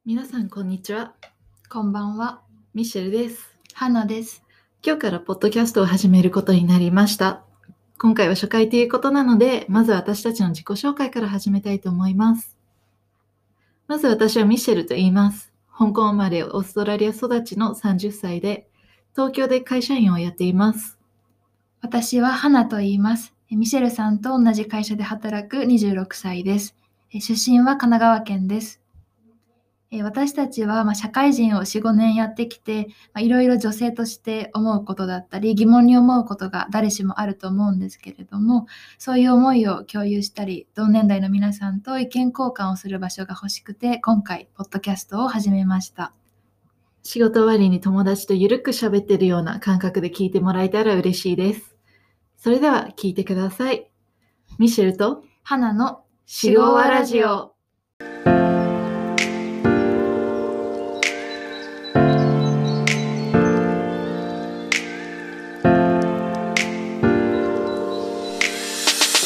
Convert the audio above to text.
皆さんこんにちは。 こんばんは。 ミシェルです。 花です。 今日からポッドキャストを始めることになりました。今回は初回ということなので、まず私たちの自己紹介から始めたいと思います。まず私はミシェルと言います。香港生まれ、オーストラリア育ちの30歳で、東京で会社員をやっています。 私は花と言います。ミシェルさんと同じ会社で働く26歳です。出身は神奈川県です。私たちは社会人を4、5年やってきて、いろいろ女性として思うことだったり、疑問に思うことが誰しもあると思うんですけれども、そういう思いを共有したり、同年代の皆さんと意見交換をする場所が欲しくて、今回、ポッドキャストを始めました。 仕事終わりに友達とゆるく喋ってるような感覚で聞いてもらえたら嬉しいです。それでは聞いてください。ミシェルと花のシゴワラジオ。